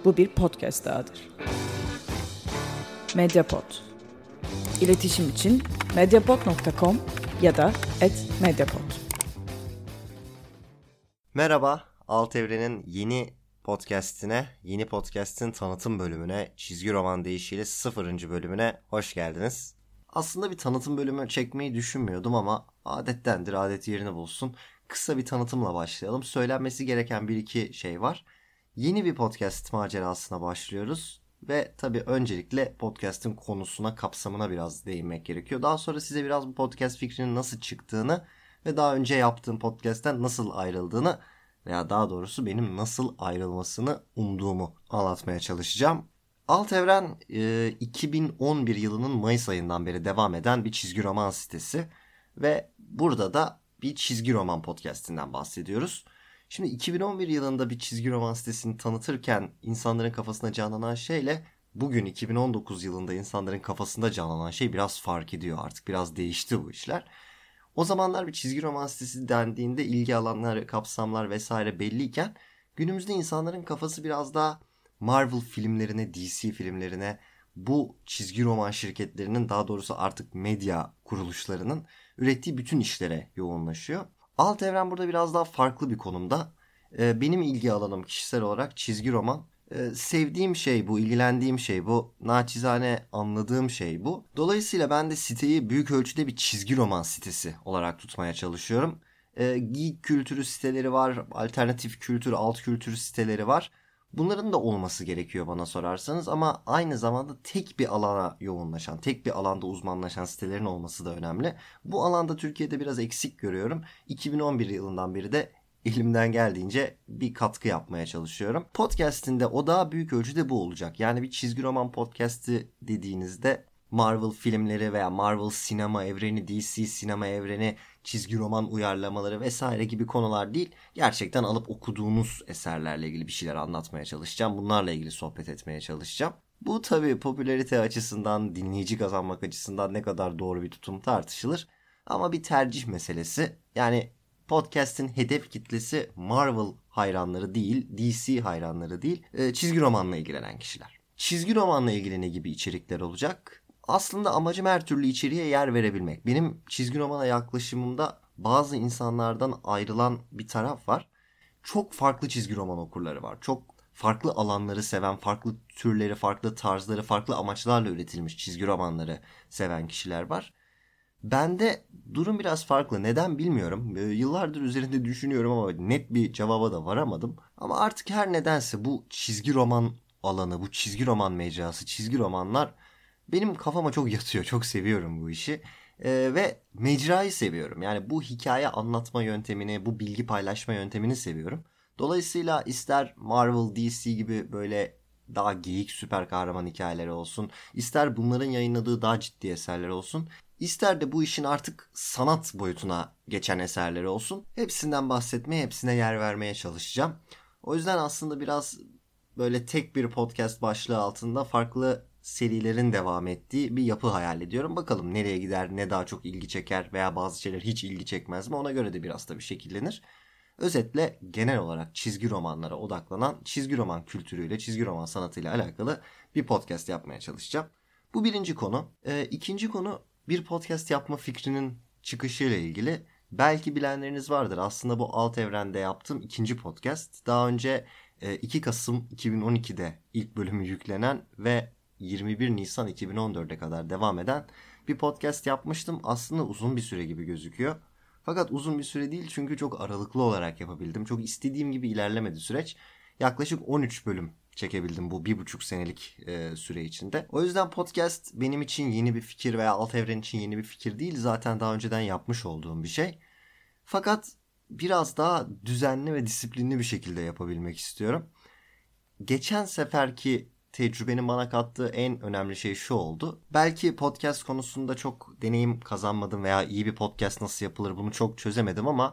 Bu bir podcast dahadır. Mediapod. İletişim için mediapod.com ya da @mediapod. Merhaba, Alt Evren'in yeni podcast'in tanıtım bölümüne, çizgi roman deyişiyle 0. bölümüne hoş geldiniz. Aslında bir tanıtım bölümü çekmeyi düşünmüyordum ama adettendir, adet yerini bulsun. Kısa bir tanıtımla başlayalım. Söylenmesi gereken bir iki şey var. Yeni bir podcast macerasına başlıyoruz ve tabii öncelikle podcast'in konusuna, kapsamına biraz değinmek gerekiyor. Daha sonra size biraz bu podcast fikrinin nasıl çıktığını ve daha önce yaptığım podcast'ten nasıl ayrıldığını veya daha doğrusu benim nasıl ayrılmasını umduğumu anlatmaya çalışacağım. Alt Evren 2011 yılının Mayıs ayından beri devam eden bir çizgi roman sitesi ve burada da bir çizgi roman podcastinden bahsediyoruz. Şimdi 2011 yılında bir çizgi roman sitesini tanıtırken insanların kafasına canlanan şeyle bugün 2019 yılında insanların kafasında canlanan şey biraz fark ediyor artık. Biraz değişti bu işler. O zamanlar bir çizgi roman sitesi dendiğinde ilgi alanları, kapsamlar vesaire belliyken günümüzde insanların kafası biraz daha Marvel filmlerine, DC filmlerine, bu çizgi roman şirketlerinin, daha doğrusu artık medya kuruluşlarının ürettiği bütün işlere yoğunlaşıyor. Alt Evren burada biraz daha farklı bir konumda. Benim ilgi alanım kişisel olarak çizgi roman. Sevdiğim şey bu, ilgilendiğim şey bu, naçizane anladığım şey bu. Dolayısıyla ben de siteyi büyük ölçüde bir çizgi roman sitesi olarak tutmaya çalışıyorum. Geek kültürü siteleri var, alternatif kültür, alt kültür siteleri var. Bunların da olması gerekiyor bana sorarsanız ama aynı zamanda tek bir alana yoğunlaşan, tek bir alanda uzmanlaşan sitelerin olması da önemli. Bu alanda Türkiye'de biraz eksik görüyorum. 2011 yılından beri de elimden geldiğince bir katkı yapmaya çalışıyorum. Podcast'in de odağı büyük ölçüde bu olacak. Yani bir çizgi roman podcast'i dediğinizde Marvel filmleri veya Marvel sinema evreni, DC sinema evreni, çizgi roman uyarlamaları vesaire gibi konular değil. Gerçekten alıp okuduğunuz eserlerle ilgili bir şeyler anlatmaya çalışacağım. Bunlarla ilgili sohbet etmeye çalışacağım. Bu tabii popülarite açısından, dinleyici kazanmak açısından ne kadar doğru bir tutum tartışılır. Ama bir tercih meselesi. Yani podcast'in hedef kitlesi Marvel hayranları değil, DC hayranları değil, çizgi romanla ilgilenen kişiler. Çizgi romanla ilgili ne gibi içerikler olacak? Aslında amacım her türlü içeriğe yer verebilmek. Benim çizgi romana yaklaşımımda bazı insanlardan ayrılan bir taraf var. Çok farklı çizgi roman okurları var. Çok farklı alanları seven, farklı türleri, farklı tarzları, farklı amaçlarla üretilmiş çizgi romanları seven kişiler var. Bende durum biraz farklı. Neden bilmiyorum. Yıllardır üzerinde düşünüyorum ama net bir cevaba da varamadım. Ama artık her nedense bu çizgi roman alanı, bu çizgi roman mecrası, çizgi romanlar benim kafama çok yatıyor. Çok seviyorum bu işi. Ve mecrayı seviyorum. Yani bu hikaye anlatma yöntemini, bu bilgi paylaşma yöntemini seviyorum. Dolayısıyla ister Marvel, DC gibi böyle daha geyik süper kahraman hikayeleri olsun, ister bunların yayınladığı daha ciddi eserler olsun, İster de bu işin artık sanat boyutuna geçen eserleri olsun. Hepsinden bahsetmeye, hepsine yer vermeye çalışacağım. O yüzden aslında biraz böyle tek bir podcast başlığı altında farklı serilerin devam ettiği bir yapı hayal ediyorum. Bakalım nereye gider, ne daha çok ilgi çeker veya bazı şeyler hiç ilgi çekmez mi, ona göre de biraz tabii şekillenir. Özetle genel olarak çizgi romanlara odaklanan, çizgi roman kültürüyle, çizgi roman sanatıyla alakalı bir podcast yapmaya çalışacağım. Bu birinci konu. İkinci konu bir podcast yapma fikrinin çıkışıyla ilgili. Belki bilenleriniz vardır. Aslında bu Alt Evren'de yaptığım ikinci podcast. Daha önce 2 Kasım 2012'de ilk bölümü yüklenen ve 21 Nisan 2014'e kadar devam eden bir podcast yapmıştım. Aslında uzun bir süre gibi gözüküyor. Fakat uzun bir süre değil çünkü çok aralıklı olarak yapabildim. Çok istediğim gibi ilerlemedi süreç. Yaklaşık 13 bölüm çekebildim bu 1,5 senelik süre içinde. O yüzden podcast benim için yeni bir fikir veya Alt Evren için yeni bir fikir değil. Zaten daha önceden yapmış olduğum bir şey. Fakat biraz daha düzenli ve disiplinli bir şekilde yapabilmek istiyorum. Geçen seferki tecrübenin bana kattığı en önemli şey şu oldu. Belki podcast konusunda çok deneyim kazanmadım veya iyi bir podcast nasıl yapılır bunu çok çözemedim ama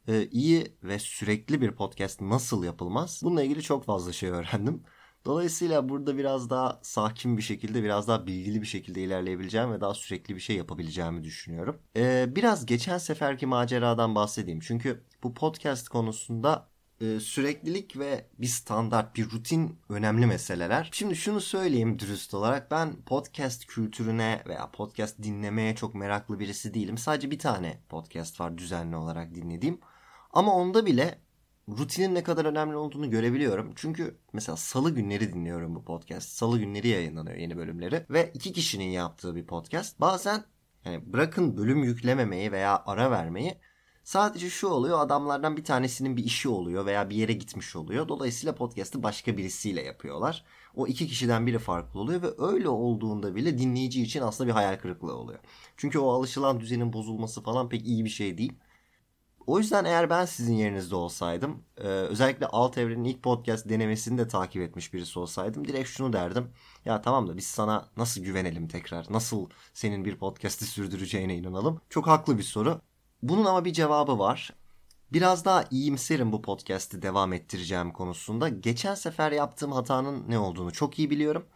iyi ve sürekli bir podcast nasıl yapılmaz? Bununla ilgili çok fazla şey öğrendim. Dolayısıyla burada biraz daha sakin bir şekilde, biraz daha bilgili bir şekilde ilerleyebileceğim ve daha sürekli bir şey yapabileceğimi düşünüyorum. Biraz geçen seferki maceradan bahsedeyim. Çünkü bu podcast konusunda süreklilik ve bir standart, bir rutin önemli meseleler. Şimdi şunu söyleyeyim dürüst olarak, ben podcast kültürüne veya podcast dinlemeye çok meraklı birisi değilim. Sadece bir tane podcast var düzenli olarak dinlediğim. Ama onda bile rutinin ne kadar önemli olduğunu görebiliyorum. Çünkü mesela salı günleri dinliyorum bu podcast. Salı günleri yayınlanıyor yeni bölümleri. Ve 2 kişinin yaptığı bir podcast. Bazen yani bırakın bölüm yüklememeyi veya ara vermeyi, sadece şu oluyor, adamlardan bir tanesinin bir işi oluyor veya bir yere gitmiş oluyor. Dolayısıyla podcast'ı başka birisiyle yapıyorlar. O 2 kişiden biri farklı oluyor ve öyle olduğunda bile dinleyici için aslında bir hayal kırıklığı oluyor. Çünkü o alışılan düzenin bozulması falan pek iyi bir şey değil. O yüzden eğer ben sizin yerinizde olsaydım, özellikle Alt Evren'in ilk podcast denemesini de takip etmiş birisi olsaydım, direkt şunu derdim. Ya tamam da biz sana nasıl güvenelim tekrar? Nasıl senin bir podcast'i sürdüreceğine inanalım? Çok haklı bir soru. Bunun ama bir cevabı var. Biraz daha iyimserim bu podcast'i devam ettireceğim konusunda. Geçen sefer yaptığım hatanın ne olduğunu çok iyi biliyorum.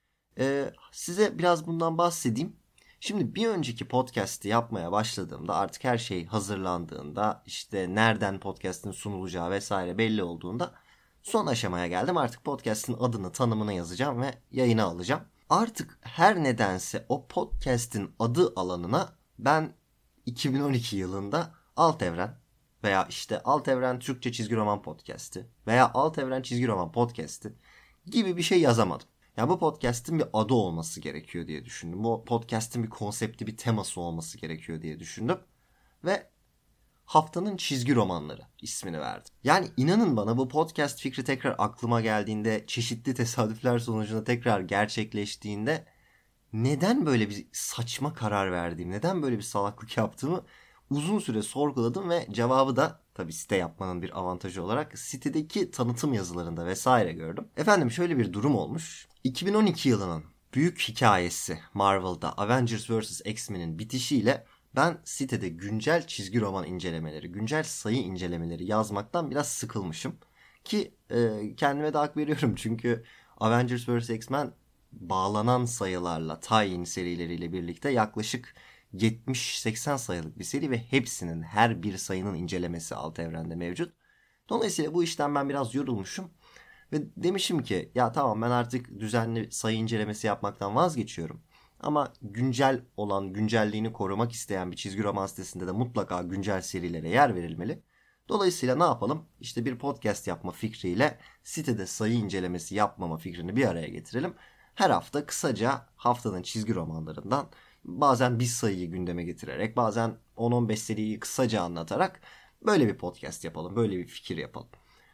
Size biraz bundan bahsedeyim. Şimdi bir önceki podcast'i yapmaya başladığımda, artık her şey hazırlandığında, işte nereden podcast'in sunulacağı vesaire belli olduğunda son aşamaya geldim. Artık podcast'in adını, tanımını yazacağım ve yayına alacağım. Artık her nedense o podcast'in adı alanına ben 2012 yılında Alt Evren veya işte Alt Evren Türkçe Çizgi Roman Podcast'i veya Alt Evren Çizgi Roman Podcast'i gibi bir şey yazamadım. Ya bu podcast'in bir adı olması gerekiyor diye düşündüm. Bu podcast'in bir konsepti, bir teması olması gerekiyor diye düşündüm. Ve Haftanın Çizgi Romanları ismini verdim. Yani inanın bana, bu podcast fikri tekrar aklıma geldiğinde, çeşitli tesadüfler sonucunda tekrar gerçekleştiğinde neden böyle bir saçma karar verdiğim, neden böyle bir salaklık yaptığımı uzun süre sorguladım ve cevabı da tabii site yapmanın bir avantajı olarak sitedeki tanıtım yazılarında vesaire gördüm. Efendim şöyle bir durum olmuş. 2012 yılının büyük hikayesi Marvel'da Avengers vs. X-Men'in bitişiyle ben sitede güncel çizgi roman incelemeleri, güncel sayı incelemeleri yazmaktan biraz sıkılmışım. Ki kendime de hak veriyorum, çünkü Avengers vs. X-Men bağlanan sayılarla, tie-in serileriyle birlikte yaklaşık 70-80 sayılık bir seri ve hepsinin, her bir sayının incelemesi Alt Evren'de mevcut. Dolayısıyla bu işten ben biraz yorulmuşum ve demişim ki ya tamam, ben artık düzenli sayı incelemesi yapmaktan vazgeçiyorum. Ama güncel olan, güncelliğini korumak isteyen bir çizgi roman sitesinde de mutlaka güncel serilere yer verilmeli. Dolayısıyla ne yapalım? İşte bir podcast yapma fikriyle sitede sayı incelemesi yapmama fikrini bir araya getirelim. Her hafta kısaca haftanın çizgi romanlarından bazen bir sayıyı gündeme getirerek, bazen 10-15 seriyi kısaca anlatarak böyle bir podcast yapalım, böyle bir fikir yapalım.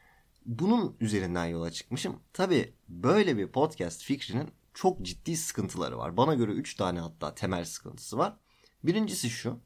Bunun üzerinden yola çıkmışım. Tabii böyle bir podcast fikrinin çok ciddi sıkıntıları var. Bana göre 3 tane hatta temel sıkıntısı var. Birincisi şu.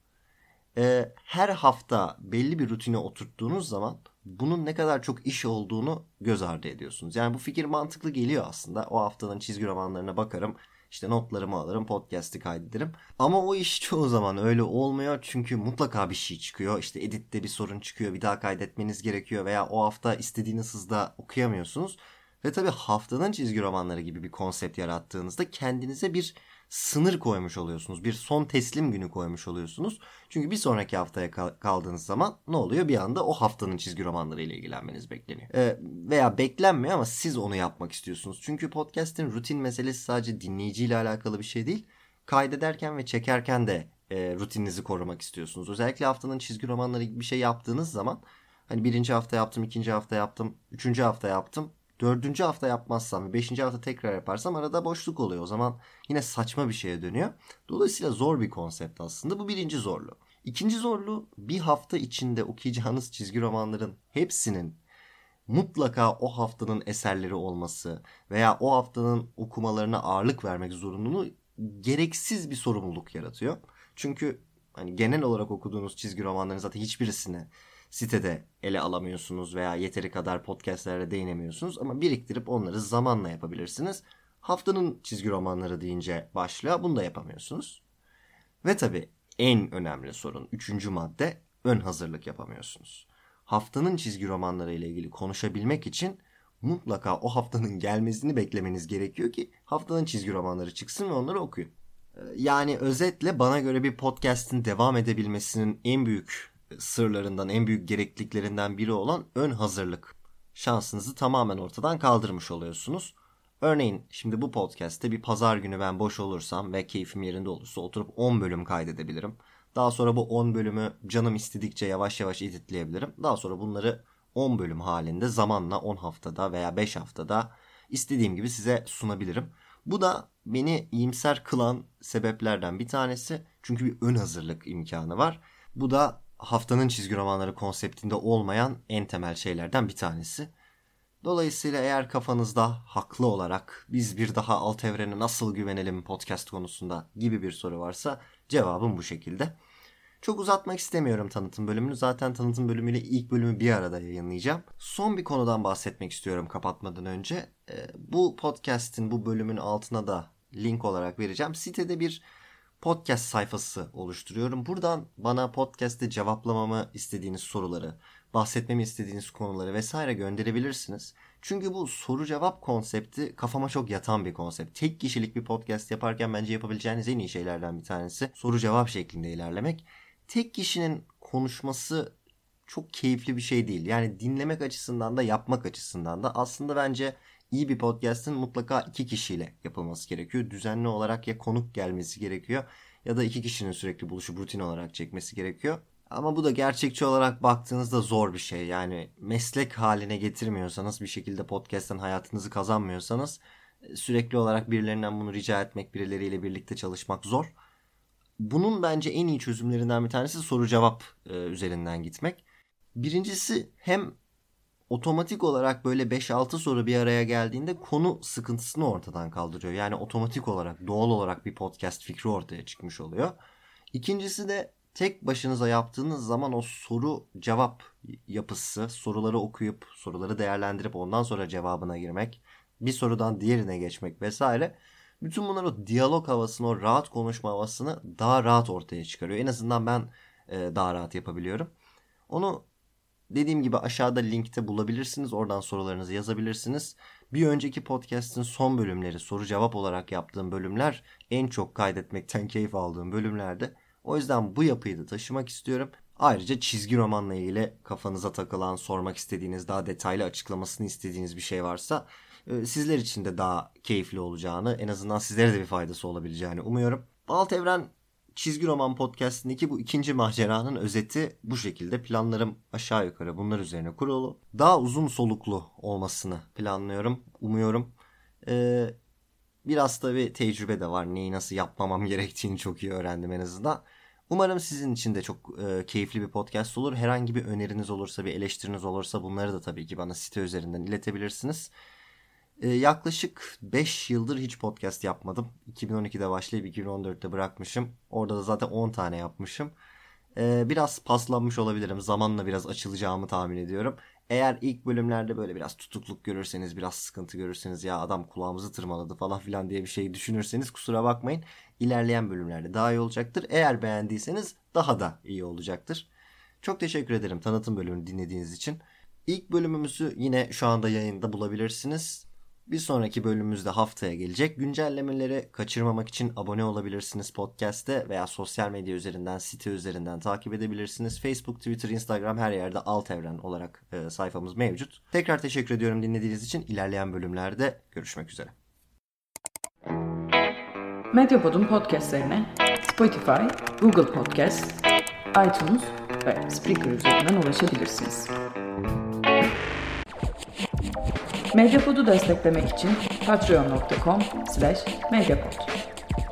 Her hafta belli bir rutine oturttuğunuz zaman bunun ne kadar çok iş olduğunu göz ardı ediyorsunuz. Yani bu fikir mantıklı geliyor aslında. O haftanın çizgi romanlarına bakarım, işte notlarımı alırım, podcast'i kaydederim. Ama o iş çoğu zaman öyle olmuyor, çünkü mutlaka bir şey çıkıyor. İşte editte bir sorun çıkıyor, bir daha kaydetmeniz gerekiyor veya o hafta istediğiniz hızda okuyamıyorsunuz. Ve tabii haftanın çizgi romanları gibi bir konsept yarattığınızda kendinize bir sınır koymuş oluyorsunuz. Bir son teslim günü koymuş oluyorsunuz. Çünkü bir sonraki haftaya kaldığınız zaman ne oluyor? Bir anda o haftanın çizgi romanları ile ilgilenmeniz bekleniyor. Veya beklenmiyor ama siz onu yapmak istiyorsunuz. Çünkü podcast'in rutin meselesi sadece dinleyiciyle alakalı bir şey değil. Kaydederken ve çekerken de rutininizi korumak istiyorsunuz. Özellikle haftanın çizgi romanları gibi bir şey yaptığınız zaman, hani birinci hafta yaptım, ikinci hafta yaptım, üçüncü hafta yaptım. Dördüncü hafta yapmazsam ve beşinci hafta tekrar yaparsam arada boşluk oluyor. O zaman yine saçma bir şeye dönüyor. Dolayısıyla zor bir konsept aslında. Bu birinci zorluğu. İkinci zorluğu, bir hafta içinde okuyacağınız çizgi romanların hepsinin mutlaka o haftanın eserleri olması veya o haftanın okumalarına ağırlık vermek zorunluluğu gereksiz bir sorumluluk yaratıyor. Çünkü hani genel olarak okuduğunuz çizgi romanların zaten hiçbirisine sitede ele alamıyorsunuz veya yeteri kadar podcastlere değinemiyorsunuz, ama biriktirip onları zamanla yapabilirsiniz. Haftanın çizgi romanları deyince başlığa bunu da yapamıyorsunuz. Ve tabii en önemli sorun, üçüncü madde, ön hazırlık yapamıyorsunuz. Haftanın çizgi romanları ile ilgili konuşabilmek için mutlaka o haftanın gelmesini beklemeniz gerekiyor ki haftanın çizgi romanları çıksın ve onları okuyun. Yani özetle bana göre bir podcast'in devam edebilmesinin en büyük sırlarından, en büyük gerekliliklerinden biri olan ön hazırlık. şansınızı tamamen ortadan kaldırmış oluyorsunuz. Örneğin şimdi bu podcast'te bir pazar günü ben boş olursam ve keyfim yerinde olursa oturup 10 bölüm kaydedebilirim. Daha sonra bu 10 bölümü canım istedikçe yavaş yavaş editleyebilirim. Daha sonra bunları 10 bölüm halinde zamanla 10 haftada veya 5 haftada istediğim gibi size sunabilirim. Bu da beni iyimser kılan sebeplerden bir tanesi. Çünkü bir ön hazırlık imkanı var. Bu da haftanın çizgi romanları konseptinde olmayan en temel şeylerden bir tanesi. Dolayısıyla eğer kafanızda haklı olarak biz bir daha alt evrene nasıl güvenelim podcast konusunda gibi bir soru varsa cevabım bu şekilde. Çok uzatmak istemiyorum tanıtım bölümünü. Zaten tanıtım bölümüyle ilk bölümü bir arada yayınlayacağım. Son bir konudan bahsetmek istiyorum kapatmadan önce. Bu podcast'in bu bölümün altına da link olarak vereceğim. Sitede bir podcast sayfası oluşturuyorum. Buradan bana podcast'te cevaplamamı istediğiniz soruları, bahsetmemi istediğiniz konuları vesaire gönderebilirsiniz. Çünkü bu soru cevap konsepti kafama çok yatan bir konsept. Tek kişilik bir podcast yaparken bence yapabileceğiniz en iyi şeylerden bir tanesi soru cevap şeklinde ilerlemek. Tek kişinin konuşması çok keyifli bir şey değil. Yani dinlemek açısından da yapmak açısından da aslında bence iyi bir podcast'ın mutlaka 2 kişiyle yapılması gerekiyor. Düzenli olarak ya konuk gelmesi gerekiyor ya da 2 kişinin sürekli buluşup rutin olarak çekmesi gerekiyor. Ama bu da gerçekçi olarak baktığınızda zor bir şey. Yani meslek haline getirmiyorsanız, bir şekilde podcast'ten hayatınızı kazanmıyorsanız sürekli olarak birilerinden bunu rica etmek, birileriyle birlikte çalışmak zor. Bunun bence en iyi çözümlerinden bir tanesi soru cevap üzerinden gitmek. Birincisi hem otomatik olarak böyle 5-6 soru bir araya geldiğinde konu sıkıntısını ortadan kaldırıyor. Yani otomatik olarak, doğal olarak bir podcast fikri ortaya çıkmış oluyor. İkincisi de tek başınıza yaptığınız zaman o soru cevap yapısı, soruları okuyup, soruları değerlendirip ondan sonra cevabına girmek, bir sorudan diğerine geçmek vesaire. Bütün bunlar o diyalog havasını, o rahat konuşma havasını daha rahat ortaya çıkarıyor. En azından ben daha rahat yapabiliyorum. Onu dediğim gibi aşağıda linkte bulabilirsiniz. Oradan sorularınızı yazabilirsiniz. Bir önceki podcast'in son bölümleri, soru cevap olarak yaptığım bölümler en çok kaydetmekten keyif aldığım bölümlerdi. O yüzden bu yapıyı da taşımak istiyorum. Ayrıca çizgi romanla ilgili kafanıza takılan, sormak istediğiniz, daha detaylı açıklamasını istediğiniz bir şey varsa sizler için de daha keyifli olacağını, en azından sizlere de bir faydası olabileceğini umuyorum. Alt Evren Çizgi Roman Podcast'indeki bu ikinci maceranın özeti bu şekilde. Planlarım aşağı yukarı bunlar üzerine kurulu. Daha uzun soluklu olmasını planlıyorum, umuyorum. Biraz tabii tecrübe de var. Neyi nasıl yapmamam gerektiğini çok iyi öğrendim en azından. Umarım sizin için de çok keyifli bir podcast olur. Herhangi bir öneriniz olursa, bir eleştiriniz olursa bunları da tabii ki bana site üzerinden iletebilirsiniz. Yaklaşık 5 yıldır hiç podcast yapmadım. 2012'de başlayıp 2014'te bırakmışım. Orada da zaten 10 tane yapmışım. Biraz paslanmış olabilirim. Zamanla biraz açılacağımı tahmin ediyorum. Eğer ilk bölümlerde böyle biraz tutukluk görürseniz, biraz sıkıntı görürseniz, ya adam kulağımızı tırmaladı falan filan diye bir şey düşünürseniz kusura bakmayın. İlerleyen bölümlerde daha iyi olacaktır. Eğer beğendiyseniz daha da iyi olacaktır. Çok teşekkür ederim tanıtım bölümünü dinlediğiniz için. İlk bölümümüzü yine şu anda yayında bulabilirsiniz. Bir sonraki bölümümüzde haftaya gelecek. Güncellemeleri kaçırmamak için abone olabilirsiniz podcast'te veya sosyal medya üzerinden, site üzerinden takip edebilirsiniz. Facebook, Twitter, Instagram her yerde Alt Evren olarak sayfamız mevcut. Tekrar teşekkür ediyorum dinlediğiniz için. İlerleyen bölümlerde görüşmek üzere. Medyapod'un podcastlerine Spotify, Google Podcast, iTunes ve Spreaker üzerinden ulaşabilirsiniz. Medyapod'u desteklemek için patreon.com/medyapod.